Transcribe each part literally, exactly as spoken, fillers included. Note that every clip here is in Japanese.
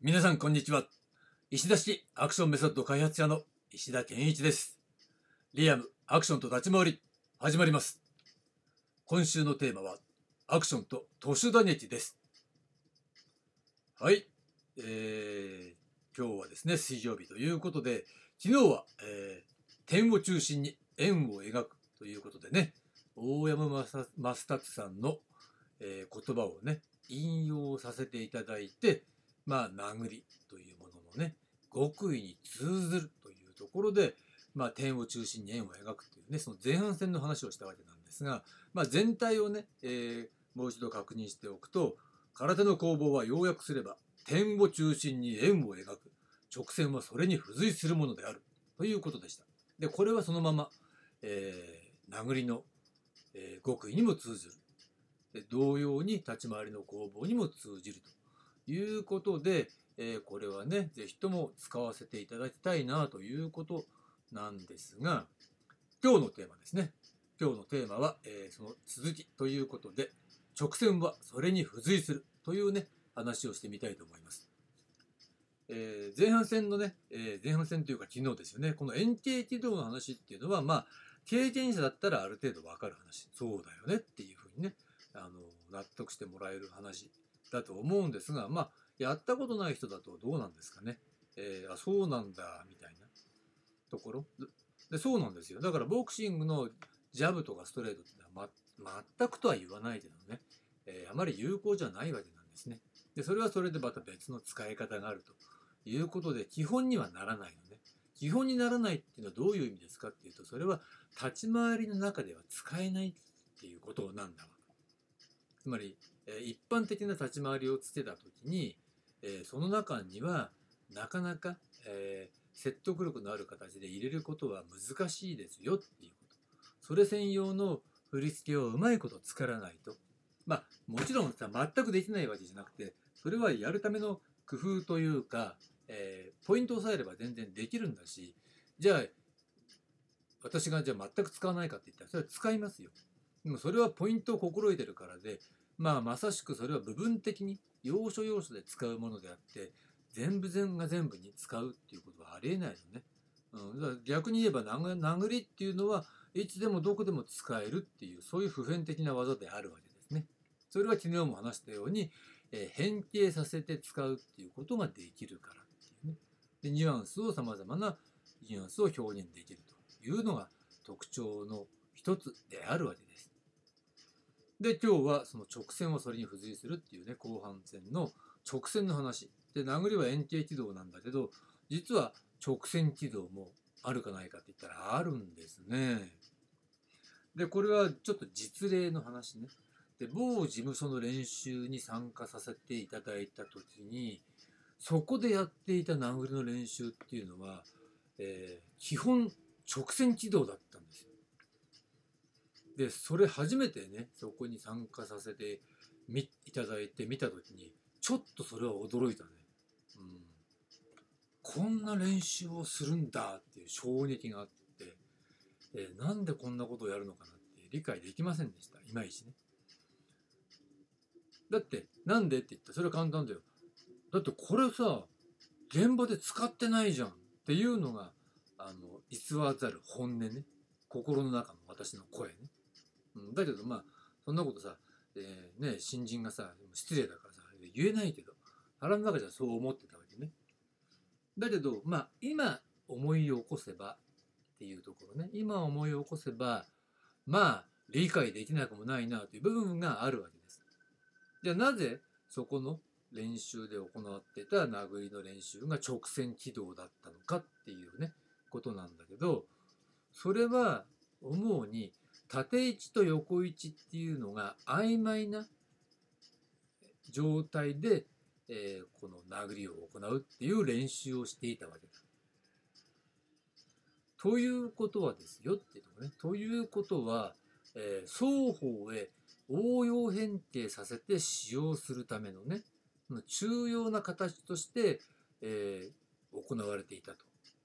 皆さんこんにちは。石田式アクションメソッド開発者の石田健一です。リアムアクションと立ち回り始まります。今週のテーマはアクションと都市打撃です。はい、えー、今日はですね水曜日ということで、昨日は、えー、点を中心に円を描くということでね、大山正達さんの、えー、言葉をね引用させていただいて、まあ殴りというもののね極意に通ずるというところで、まあ、点を中心に円を描くというね、その前半戦の話をしたわけなんですが、まあ、全体をね、えー、もう一度確認しておくと、空手の攻防は要約すれば点を中心に円を描く、直線はそれに付随するものであるということでした。でこれはそのまま、えー、殴りの、えー、極意にも通ずる。で同様に立ち回りの攻防にも通じるということで、えー、これはね是非とも使わせていただきたいなということなんですが、今日のテーマですね。今日のテーマは、えー、その続きということで、直線はそれに付随するというね話をしてみたいと思います。えー、前半戦のね、えー、前半戦というか昨日ですよね、この円形軌道の話っていうのは、まあ経験者だったらある程度わかる話、そうだよねっていうふうにね、あの納得してもらえる話だと思うんですが、まあやったことない人だとどうなんですかね。えー、あそうなんだみたいなところで、そうなんですよ。だからボクシングのジャブとかストレートってのは、ま、全くとは言わないけどね、えー、あまり有効じゃないわけなんですね。でそれはそれでまた別の使い方があるということで、基本にはならないのね。基本にならないっていうのはどういう意味ですかっていうと、それは立ち回りの中では使えないっていうことなんだわ。つまり、えー、一般的な立ち回りをつけた時に、えー、その中にはなかなか、えー、説得力のある形で入れることは難しいですよっていうこと。それ専用の振り付けをうまいこと作らないと、まあもちろんさ全くできないわけじゃなくて、それはやるための工夫というか、えー、ポイントを押さえれば全然できるんだし、じゃあ私がじゃあ全く使わないかって言ったらそれは使いますよ。でもそれはポイントを心得てるからで、まあまさしくそれは部分的に要所要所で使うものであって、全部全が全部に使うっていうことはありえないよね。うん、だから逆に言えば殴りっていうのはいつでもどこでも使えるっていう、そういう普遍的な技であるわけですね。それは昨日も話したように、えー、変形させて使うっていうことができるからっていうね。でニュアンスをさまざまなニュアンスを表現できるというのが特徴の一つであるわけです。で今日はその直線はそれに付随するっていうね、後半戦の直線の話で、殴りは円形軌道なんだけど、実は直線軌道もあるかないかって言ったらあるんですね。でこれはちょっと実例の話ね。で某事務所の練習に参加させていただいた時に、そこでやっていた殴りの練習っていうのは、えー、基本直線軌道だったんですよ。でそれ初めてねそこに参加させてみいただいて見た時に、ちょっとそれは驚いたね。うん、こんな練習をするんだっていう衝撃があって、えー、なんでこんなことをやるのかなって理解できませんでした、いまいちね。だってなんでって言ったらそれは簡単だよ。だってこれさ現場で使ってないじゃんっていうのが、あの偽らざる本音ね、心の中の私の声ね。うん、だけどまあそんなことさ、えー、ね、新人がさ失礼だからさ言えないけど、腹の中じゃそう思ってたわけね。だけどまあ今思い起こせばっていうところね、今思い起こせばまあ理解できなくもないなという部分があるわけです。じゃあなぜそこの練習で行っていた殴りの練習が直線軌道だったのかっていうねことなんだけど、それは思うに縦位置と横位置っていうのが曖昧な状態で、えー、この殴りを行うっていう練習をしていたわけだ。ということはですよっていうとこね。ということは、えー、双方へ応用変形させて使用するためのね、重要な形として、えー、行われていたと。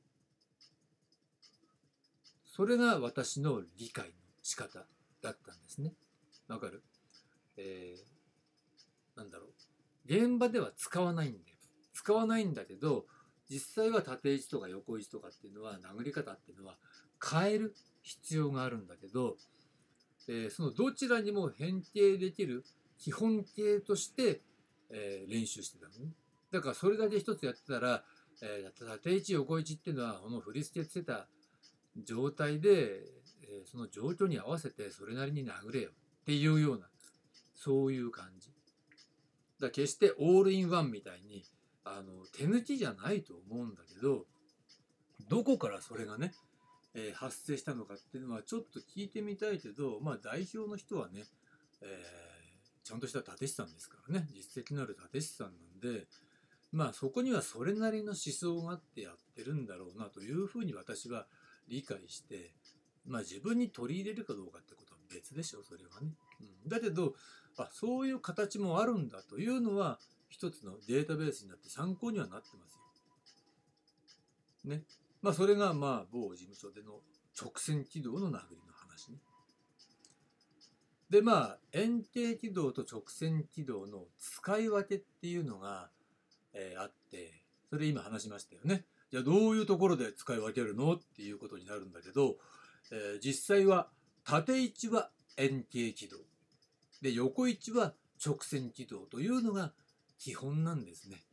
それが私の理解の仕方だったんですね。わかる？えー、なんだろう。現場では使わないんだよ。 使わないんだけど、実際は縦位置とか横位置とかっていうのは、殴り方っていうのは変える必要があるんだけど、えーそのどちらにも変形できる基本形として、えー練習してたのね。だからそれだけ一つやってたら、えー縦位置横位置っていうのはこの振り付けしてた状態で、えーその状況に合わせてそれなりに殴れよっていうような、そういう感じ。だから決してオールインワンみたいにあの手抜きじゃないと思うんだけど、どこからそれがね、えー発生したのかっていうのはちょっと聞いてみたいけど、まあ代表の人はね、えーちゃんとした立師さんですからね、実績のある立師さんなんで、まあそこにはそれなりの思想があってやってるんだろうなというふうに私は理解して、まあ自分に取り入れるかどうかってことは別でしょ、それはね。うん、だけど、あ、そういう形もあるんだというのは一つのデータベースになって参考にはなってますよ。ね。まあそれがまあ某事務所での直線軌道の殴りの話ね。でまあ円形軌道と直線軌道の使い分けっていうのが、えーあって、それ今話しましたよね。じゃあどういうところで使い分けるのっていうことになるんだけど、えー実際は縦位置は円形軌道で横位置は直線軌道というのが基本なんですね。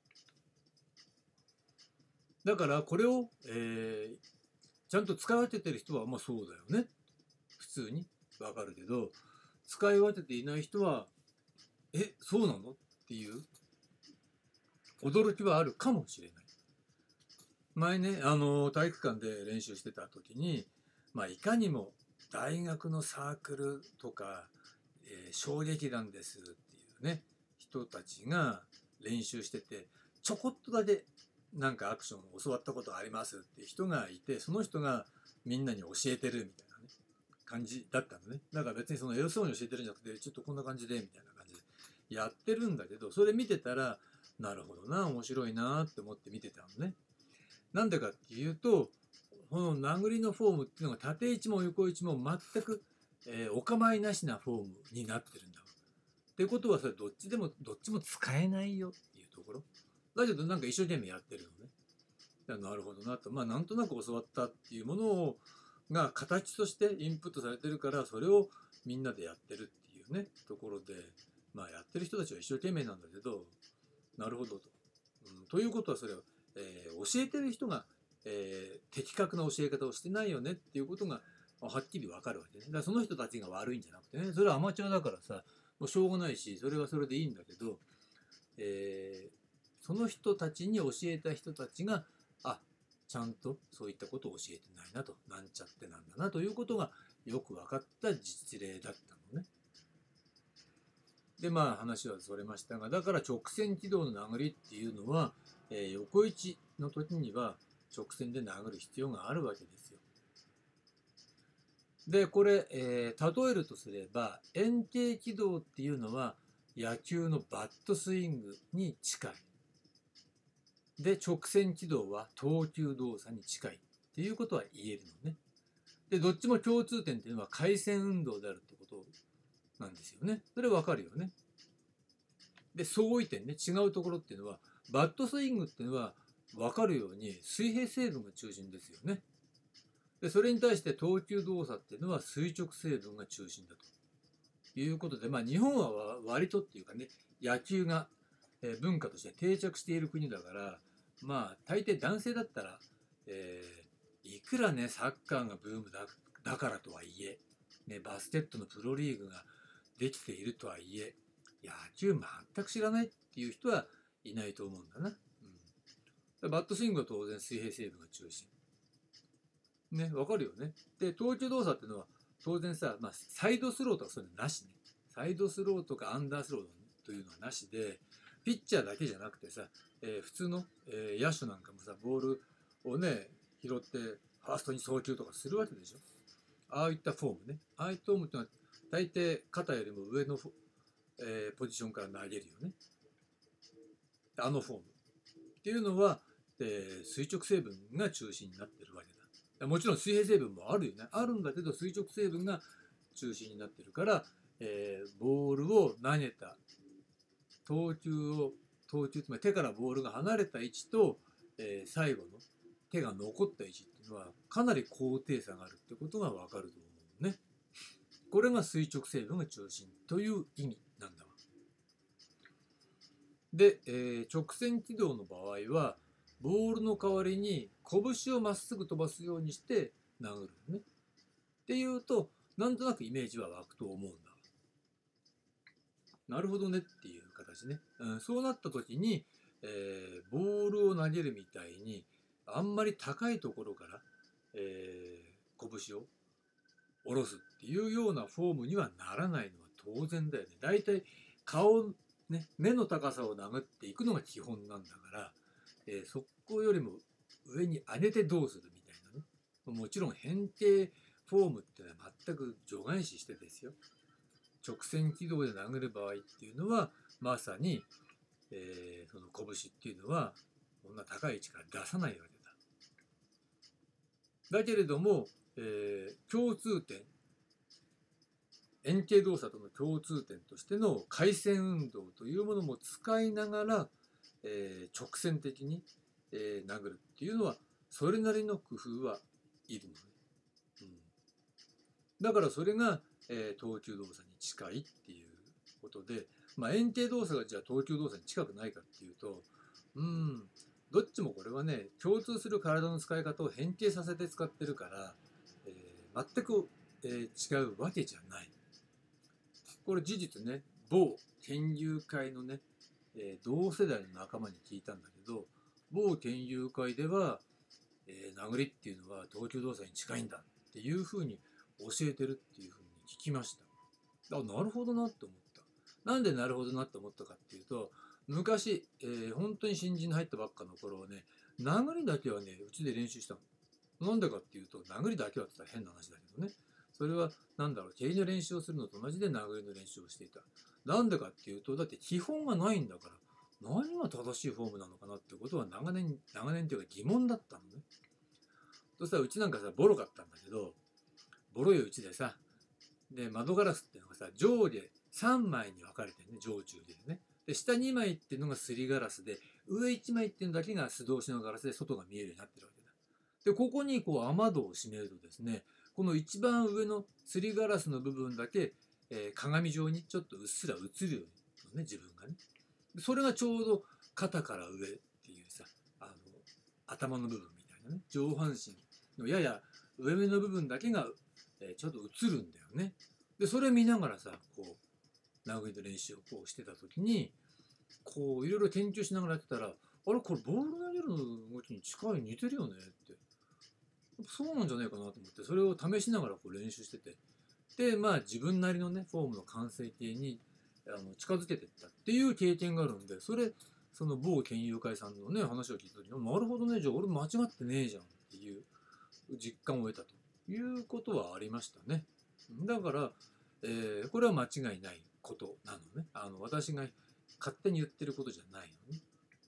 だからこれを、えーちゃんと使い分けてる人はまあそうだよね、普通にわかるけど、使い分けていない人はえそうなのっていう驚きはあるかもしれない。前ね、あの体育館で練習してた時に、まあ、いかにも大学のサークルとか、えー、小劇団ですっていうね人たちが練習してて、ちょこっとだけなんかアクションを教わったことありますっていう人がいて、その人がみんなに教えてるみたいなね感じだったのね。だから別にその偉そうに教えてるんじゃなくて、ちょっとこんな感じでみたいな感じでやってるんだけど、それ見てたらなるほどな、面白いなって思って見てたのね。なんでかっていうと、この殴りのフォームっていうのが縦位置も横位置も全く、えーお構いなしなフォームになってるんだ。ってことはそれどっちでもどっちも使えないよっていうところ。だけどなんか一生懸命やってるのね。だからなるほどなと。まあなんとなく教わったっていうものをが形としてインプットされてるから、それをみんなでやってるっていうねところで、まあやってる人たちは一生懸命なんだけど、なるほどと。うん、ということはそれは、えー教えてる人が、えー的確な教え方をしてないよねっていうことがはっきり分かるわけね。だからその人たちが悪いんじゃなくてね、それはアマチュアだからさ、もうしょうがないし、それはそれでいいんだけど、えーその人たちに教えた人たちが、あ、ちゃんとそういったことを教えてないなと、なんちゃってなんだなということがよく分かった実例だったのね。でまあ話はそれましたが、だから直線軌道の殴りっていうのは、えー横位置の時には直線で殴る必要があるわけですよ。でこれ、えー例えるとすれば円形軌道っていうのは野球のバットスイングに近い。で直線軌道は投球動作に近いっていうことは言えるのね。でどっちも共通点っていうのは回線運動であるってことなんですよね。それわかるよね。で相違点ね、違うところっていうのは、バットスイングっていうのは分かるように水平成分が中心ですよね。でそれに対して投球動作っていうのは垂直成分が中心だということで、まあ日本は割とっていうかね、野球が文化として定着している国だから、まあ大抵男性だったら、えーいくらねサッカーがブームだだからとはいえ、ね、バスケットのプロリーグができているとはいえ、野球全く知らないっていう人はいないと思うんだな。うん、バットスイングは当然水平成分が中心。ね、わかるよね。で、投球動作っていうのは当然さ、まあ、サイドスローとかそういうのなしね。サイドスローとかアンダースローというのはなしで、ピッチャーだけじゃなくてさ、えー普通の、えー野手なんかもさ、ボールをね、拾ってファーストに送球とかするわけでしょ。ああいったフォームね。ああいったフォームっていうのは大抵肩よりも上の、えーポジションから投げるよね。あのフォームっていうのは、えー垂直成分が中心になってるわけだ。もちろん水平成分もあるよね。あるんだけど垂直成分が中心になってるから、えーボールを投げた投球を投球、つまり手からボールが離れた位置と、えー最後の手が残った位置っていうのはかなり高低差があるってことがわかると思うね。これが垂直成分が中心という意味なんだわ。で、えー直線軌道の場合はボールの代わりに拳をまっすぐ飛ばすようにして殴るのね。っていうとなんとなくイメージは湧くと思うんだわ。なるほどねっていう形ね。うん、そうなった時に、えーボールを投げるみたいにあんまり高いところから、えー拳を下ろすっていうようなフォームにはならないのは当然だよね。だいたい顔、ね、目の高さを殴っていくのが基本なんだから、えーそこよりも上に上げてどうするみたいなね。もちろん変形フォームっていうのは全く除外視してですよ。直線軌道で殴る場合っていうのはまさに、えーその拳っていうのはこんな高い位置から出さないわけだ。だけれども、えー共通点、円形動作との共通点としての回線運動というものも使いながら、えー直線的に、えー殴るっていうのはそれなりの工夫はいるのね。うん、だからそれが、えー投球動作に近いっていうことで、まあ、円形動作がじゃあ投球動作に近くないかっていうと、うんどっちもこれはね共通する体の使い方を変形させて使ってるから、えー全く、えー違うわけじゃない。これ事実ね、某研究会のね、えー同世代の仲間に聞いたんだけど、某研究会では、えー殴りっていうのは投球動作に近いんだっていうふうに教えてるっていうふうに聞きました。あ、なるほどなって思った。なんでなるほどなって思ったかっていうと、昔、えー本当に新人に入ったばっかの頃はね、殴りだけはね、うちで練習したの。なんでかっていうと、殴りだけはって言ったら変な話だけどね。それは、なんだろう、蹴りの練習をするのと同じで殴りの練習をしていた。なんでかっていうと、だって基本がないんだから、何が正しいフォームなのかなってことは長年、長年っていうか疑問だったのね。そしたらうちなんかさ、ボロかったんだけど、ボロいうちでさ、で、窓ガラスっていうのがさ、上下さんまいに分かれてるね、上中下でね。で、下にまいっていうのがすりガラスで、上いちまいっていうのだけが素通しのガラスで外が見えるようになってるわけだ。で、ここにこう雨戸を閉めるとですね、この一番上のすりガラスの部分だけ、えー鏡状にちょっとうっすら映るようにね、自分がね。それがちょうど肩から上っていうさ、あの、頭の部分みたいなね、上半身のやや上目の部分だけが、えーちょっと映るんだよね。で、それ見ながらさ、こう、殴りの練習をこうしてた時に、こう、いろいろ研究しながらやってたら、あれ、これボール投げるの動きに近い、似てるよねって。そうなんじゃないかなと思って、それを試しながらこう練習してて。で、まあ自分なりのね、フォームの完成形にあの近づけていったっていう経験があるんで、それ、その某研究会さんのね、話を聞いた時に、なるほどね、じゃあ俺間違ってねえじゃんっていう実感を得たということはありましたね。だから、えーこれは間違いないことなのね。あの、私が勝手に言ってることじゃないのね。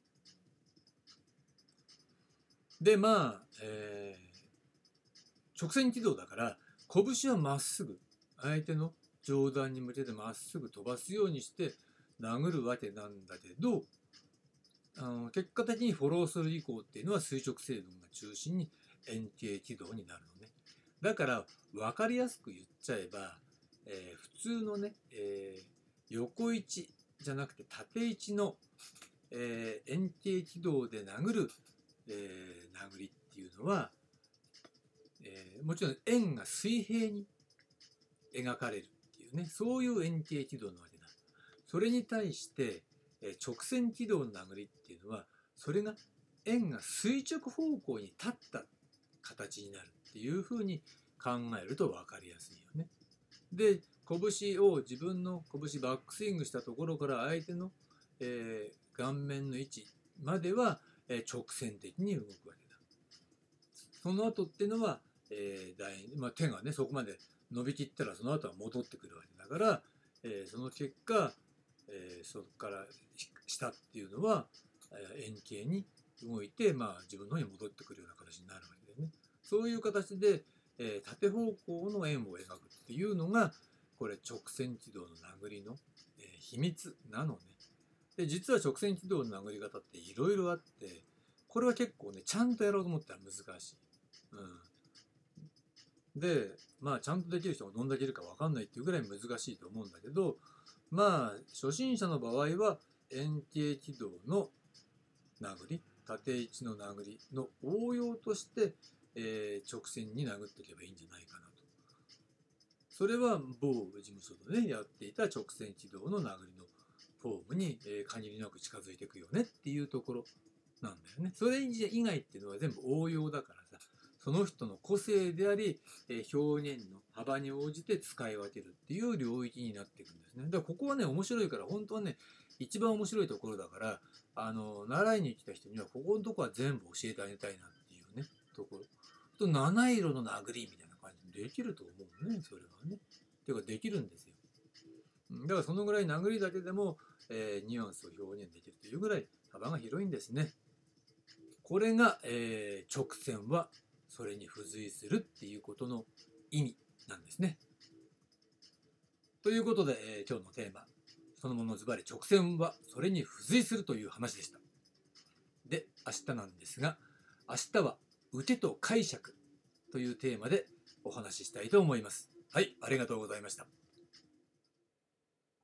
で、まあ、えー直線軌道だから拳はまっすぐ相手の上段に向けてまっすぐ飛ばすようにして殴るわけなんだけど、あの結果的にフォロースルー以降っていうのは垂直成分が中心に円形軌道になるのね。だから分かりやすく言っちゃえば、えー普通のね、えー横位置じゃなくて縦位置の、えー円形軌道で殴る、えー殴りっていうのは、えーもちろん円が水平に描かれるっていうね、そういう円形軌道なわけだ。それに対して、えー直線軌道の殴りっていうのは、それが円が垂直方向に立った形になるっていうふうに考えると分かりやすいよね。で、拳を自分の拳バックスイングしたところから相手の、えー顔面の位置までは、えー直線的に動くわけだ。その後っていうのは、えー第まあ、手がねそこまで伸びきったらその後は戻ってくるわけだから、えーその結果、えーそこから下っていうのは、えー円形に動いて、まあ、自分の方に戻ってくるような形になるわけでね。そういう形で、えー縦方向の円を描くっていうのがこれ直線軌道の殴りの、えー秘密なのね。 で実は直線軌道の殴り方っていろいろあって、これは結構ねちゃんとやろうと思ったら難しい。うん、でまあちゃんとできる人がどんだけいるか分かんないっていうぐらい難しいと思うんだけど、まあ初心者の場合は円形軌道の殴り、縦位置の殴りの応用として、えー直線に殴っていけばいいんじゃないかなと。それは某事務所でねやっていた直線軌道の殴りのフォームに、えー限りなく近づいていくよねっていうところなんだよね。それ以外っていうのは全部応用だからさ、その人の個性であり、えー表現の幅に応じて使い分けるっていう領域になっていくんですね。だからここはね面白いから、本当はね一番面白いところだから、あの習いに来た人にはここのとこは全部教えてあげたいなっていうねところと、七色の殴りみたいな感じにできると思うね、それはね。ていうかできるんですよ。だからそのぐらい殴りだけでも、えーニュアンスを表現できるというぐらい幅が広いんですね。これが、えー直線はそれに付随するっていうことの意味なんですね。ということで、えー今日のテーマ、そのものズバリ直線はそれに付随するという話でした。で、明日なんですが、明日は受けと解釈というテーマでお話ししたいと思います。はい、ありがとうございました。